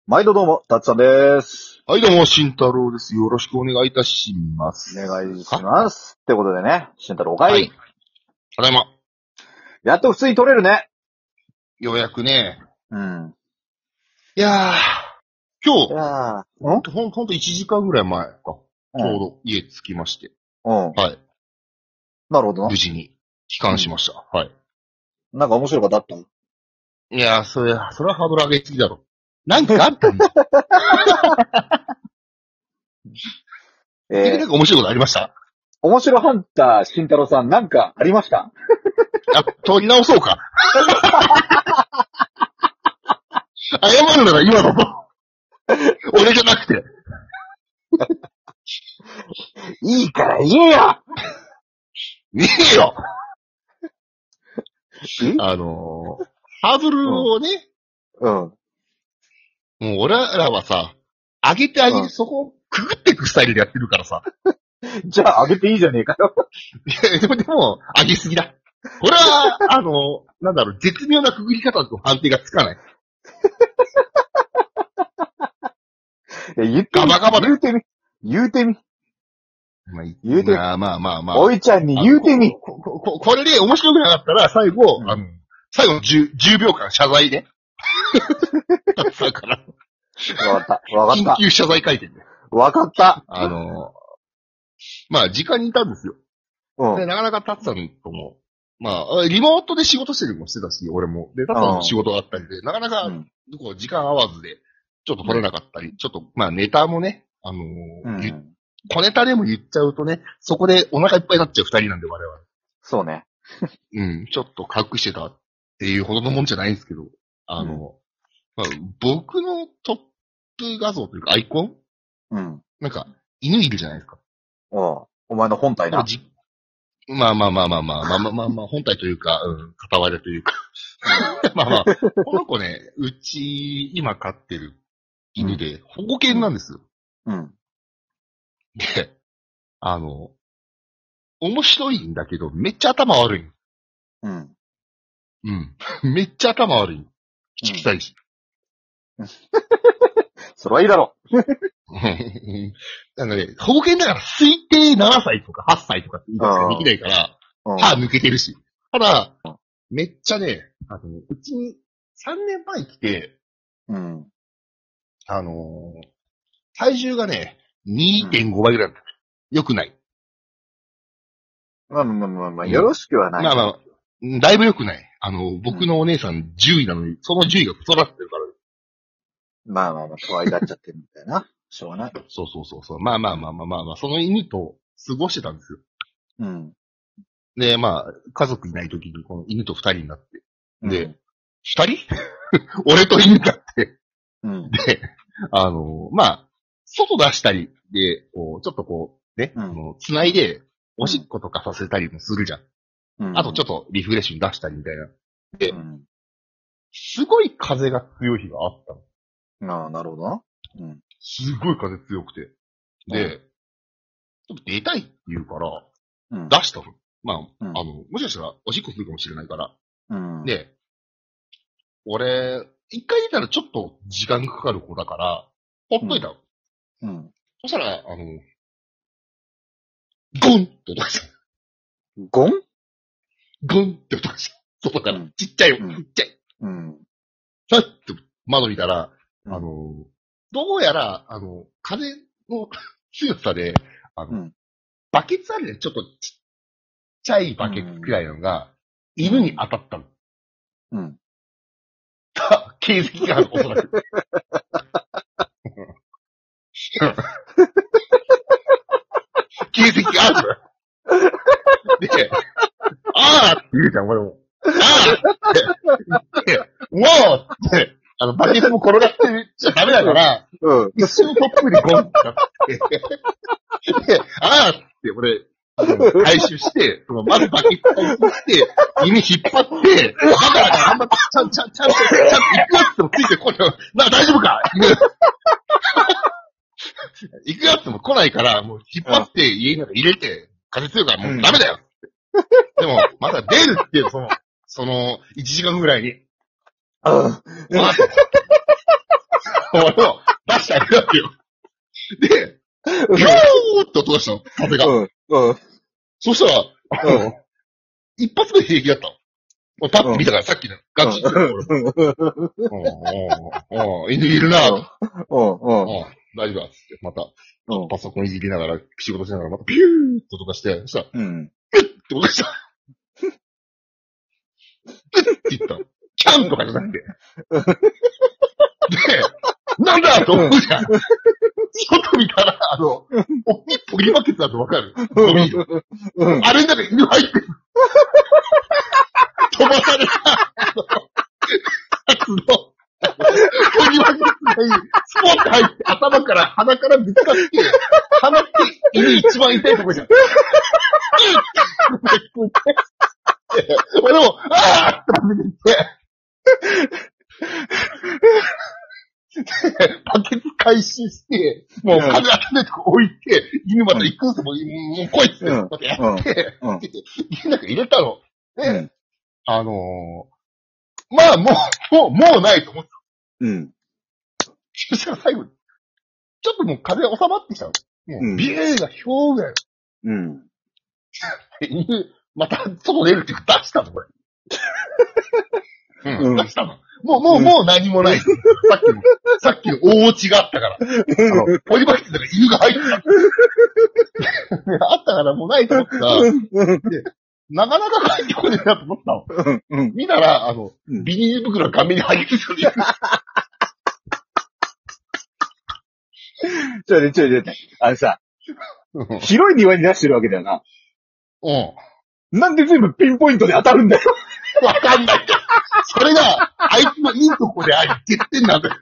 毎度どうも、たつさんです。 はい、どうも、慎太郎です。よろしくお願いいたします。 お願いします。ってことでね、慎太郎おかえり。 はい。ただいま。 やっと普通に撮れるね。 ようやくね。 うん。 いやー、今日、 いやほんと1時間ぐらい前か。ちょうど家着きまして。 うん。 はい。 なるほどな無。事に帰還しました。はい。 なんか面白いことあったの？ いやー、それはハードル上げすぎだろ。なんかあったんだ。なんか面白いことありました？ 面白ハンター慎太郎さんなんかありました？ 取り直そうか。謝るなら今だぞ。俺じゃなくて。 いいから言えよ。 ねえよ。 えハードルをね、 うん。 もう俺らはさ、上げてそこをくぐっていくスタイルでやってるからさ。 じゃあ上げていいじゃねえかよ。 いや、でも、上げすぎだ。これは、絶妙なくぐり方と判定がつかない。 言ってみ。 ガバガバだ。 言うてみ。言うてみ。言うてみ。 まあ。 おいちゃんに言うてみ。 これで面白くなかったら、最後、最後の 10秒間謝罪ね。だから。 わかった。わかった。 緊急謝罪会見で。 わかった。 まあ、時間にいたんですよ。 うん。 で、なかなかタツさんとも、まあ、リモートで仕事してるのもしてたし、俺も。で、タツさんも仕事があったりで、なかなか、時間合わずで、ちょっと取れなかったり、ちょっと、まあ、ネタもね、小ネタでも言っちゃうとね、そこでお腹いっぱいになっちゃう二人なんで、我々。 そうね。 ちょっと隠してたっていうほどのもんじゃないんですけど、まあ、僕のトップ画像というかアイコンなんか、犬いるじゃないですか。 お前の本体な。 まあ、本体というか、片割れというか。まあ、この子ね、うち、今飼ってる犬で、保護犬なんですよ。で、面白いんだけど、めっちゃ頭悪い。めっちゃ頭悪い。引きたいし。 それはいいだろ。 なんかね、保護犬だから推定7歳とか8歳とかって言い方ができないから、歯抜けてるし。ただ、めっちゃね、うちに3年前来て、体重がね、2.5 倍ぐらいだった。よくない。 まあ、よろしくはない。 まあ、だいぶよくない。僕のお姉さん10位なのに、その10位が太らってるから。 まあ、可愛がっちゃってるみたいな。しょうがない。 そう。まあ、その犬と過ごしてたんですよ。で、まあ、家族いない時にこの犬と2人になって。で、2人俺と犬だって。で、まあ、外出したりで、こう、ちょっとこう、ね、繋いで、おしっことかさせたりもするじゃん。あとちょっとリフレッシュに出したりみたいな。で、すごい風が強い日があったの。 なるほどな。 すごい風強くて。で、ちょっと出たいって言うから、出したの。まあ、もしかしたらおしっこするかもしれないから。で、俺、一回出たらちょっと時間かかる子だから、ほっといたの。そしたら、ゴンって音がした。 ゴンって音がした。外から。ちっちゃいよ。ちっちゃい。さっと窓見たら、どうやら、風の強さで、バケツあるね。ちょっとちっちゃいバケツくらいのが、犬に当たったの。形跡がある、おそらく。形跡がある。で、あーって言うじゃん、俺も。あーって。もうって、バケツも転がってちゃダメだから、一瞬トップにゴンってなって、で、あーって俺、回収して、まずバケツ回収して、犬引っ張って、だから頑張って、ちゃんと行くやつもついてこない。大丈夫か行くやつも来ないから、もう引っ張って家の中入れて、風強いからもうダメだよって。でも、まだ出るっていう、その、1時間ぐらいに。 俺も出してあげるわけよ。で、ピューって音がしたの、風が。そしたら、一発目平気だったの。パッて見たから、さっきのガチって。犬いるなぁ。大丈夫だっつって、また、パソコンいじりながら、仕事しながら、またピューって音がして、そしたら、ピュッって音がした。ピュッって言った。キャンとかじゃなくて。で、なんだと思うじゃん。外見たら、大きいポリバケツだとわかる。ゴミ。あれの中に犬入ってる。飛ばされた、やつの、ポリバケツがスポッて入って、頭から、鼻からぶつかって、鼻って犬一番痛いとこじゃん。俺も、あーって食べてて、バケツ回収して、もう風当たないとこ置いて、犬また行くんすもん、もう来いっつって、またやって、家の中入れたの。で、まあもうないと思った。そしたら最後に、ちょっともう風収まってきたの。もうビューが表現。犬、また外出るっていうか出したの、これ。出したの。もう何もない。さっきの大落ちがあったから。ポリバケツだから犬が入ってた。あったからもうないと思ったら、なかなか帰ってこねえなと思ったの。見たら、ビニール袋が顔面に入ってる。 ちょい。さ、広い庭に出してるわけだよな。なんで全部ピンポイントで当たるんだよ。 わかんない。それが、あいつのいいとこでありって言ってんだぜ。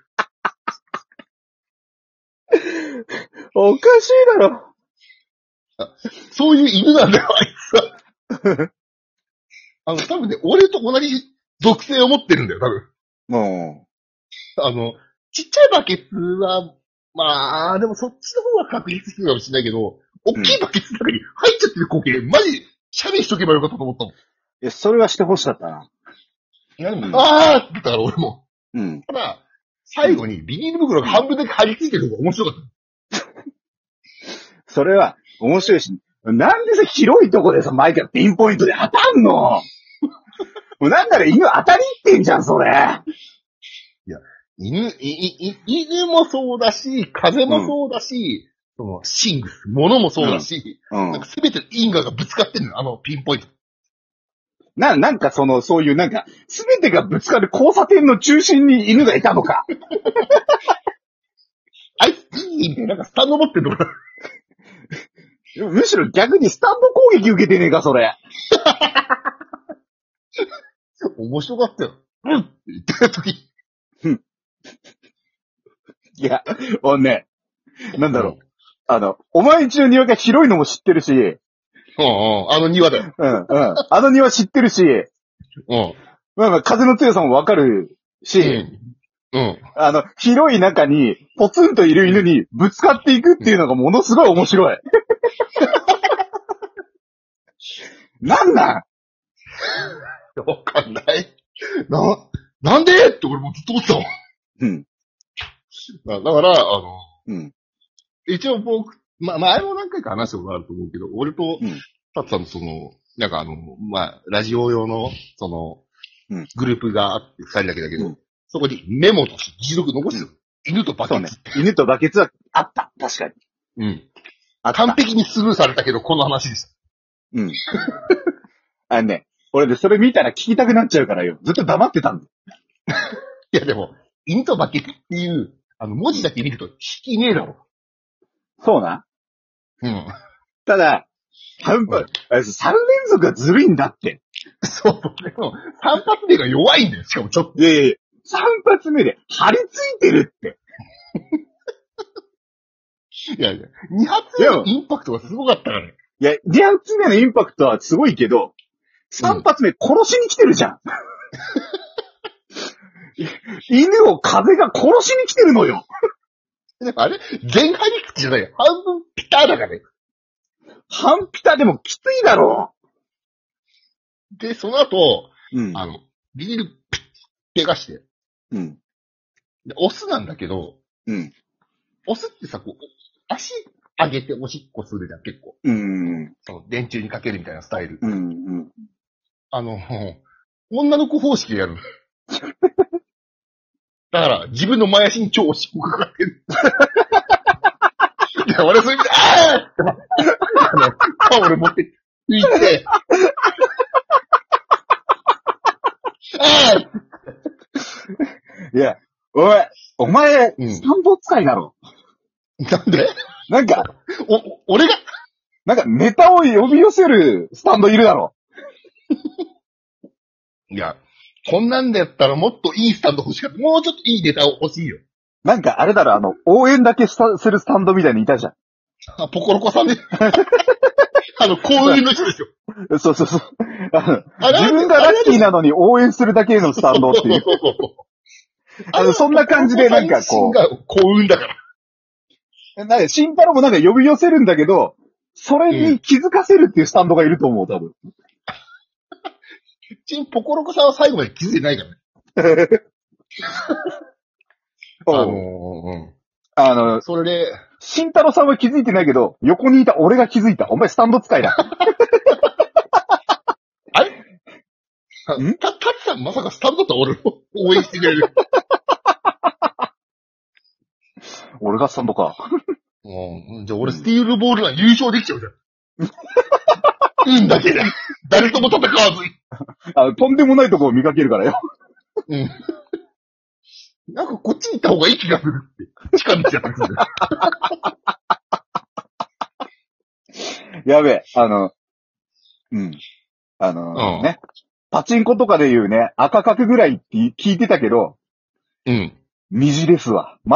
おかしいだろ。 そういう犬なんだよ、あいつは。多分ね、俺と同じ属性を持ってるんだよ、多分。ちっちゃいバケツは、まあ、でもそっちの方が確率低いかもしれないけど、大きいバケツの中に入っちゃってる光景、マジ、シャレしとけばよかったと思ったもん。いや、それはしてほしかったな。 あーって言ったから俺も。ただ、最後にビニール袋が半分だけ張り付いてるのが面白かった。 それは面白いし、なんでさ、広いとこでさ、毎回ピンポイントで当たんのもうなんなら犬当たりってんじゃん、それ。 いや、犬もそうだし、風もそうだし、その、シングス、物もそうだし、なんか全ての因果がぶつかってるの、ピンポイント。 なんかそういうなんか、すべてがぶつかる交差点の中心に犬がいたのか。 あいつ、いいね。なんかスタンド持ってんのかな。 むしろ逆にスタンド攻撃受けてねえか、それ。 面白かったよ。って言ってた時。 いや、なんだろう。お前んちの庭が広いのも知ってるし、 庭だよ。 あの庭知ってるし、まあ風の強さもわかるし、広い中にポツンといる犬にぶつかっていくっていうのがものすごい面白い。なんわかんない。なんでって俺もずっと思ってたもん。だから、一応僕、前も何回か話したことあると思うけど、俺と、タツさんのなんかラジオ用の、グループがあって二人だけだけど、そこにメモとして記録残してる。犬とバケツ。 犬とバケツはあった。確かに。 完璧にスルーされたけど、この話でした。 俺でそれ見たら聞きたくなっちゃうからよ。ずっと黙ってたんだ。 いやでも、犬とバケツっていう、文字だけ見ると、引きねえだろ。 そうな。ただ、3連続がずるいんだって。 そう、でも、3発目が弱いんだよ、しかもちょっと。 3発目で張り付いてるって。 いや、2発目のインパクトがすごかったからね。 いや、2発目のインパクトはすごいけど、3発目殺しに来てるじゃん。犬を風が殺しに来てるのよ。 あれ全張り口じゃないよ。半分ピターだからね。 半ピタでもきついだろう。で、その後、ビニールピッてがして。で、オスなんだけど、 うん。 オスってさ、こう、足上げておしっこするじゃん、結構。その電柱にかけるみたいなスタイル。女の子方式でやる。だから、自分の前足に超おしっこかかってる。いや、俺そういう意味で、タオル持って拭いて、 いや、お前、スタンド使いだろ。 なんでなんか、 俺がなんかネタを呼び寄せるスタンドいるだろ。 いや、こんなんでやったらもっといいスタンド欲しかった。もうちょっといいネタ欲しいよ。 なんかあれだろ、応援だけするスタンドみたいにいたじゃん。 ポコロコさんね。公園の人でしょ。 そう。自分がラッキーなのに応援するだけのスタンドっていう。そんな感じでなんかこう。 幸運だから。 なんか、慎太郎もなんか呼び寄せるんだけど、それに気づかせるっていうスタンドがいると思う、多分。 ポコロコさんは最後まで気づいてないからね。それで、 慎太郎さんは気づいてないけど、横にいた俺が気づいた。お前スタンド使いだ。 あれタツさんまさかスタンドだったら俺を応援してくれる。 俺がスタンドか。 じゃあ俺スティールボールは優勝できちゃうじゃん。だけで。誰とも戦わずに。 とんでもないとこを見かけるからよ。 なんかこっちに行った方がいい気がするって。近道じゃなくて。 やべえ、ね。パチンコとかで言うね、赤角ぐらいって聞いてたけど、 うん。 虹ですわ。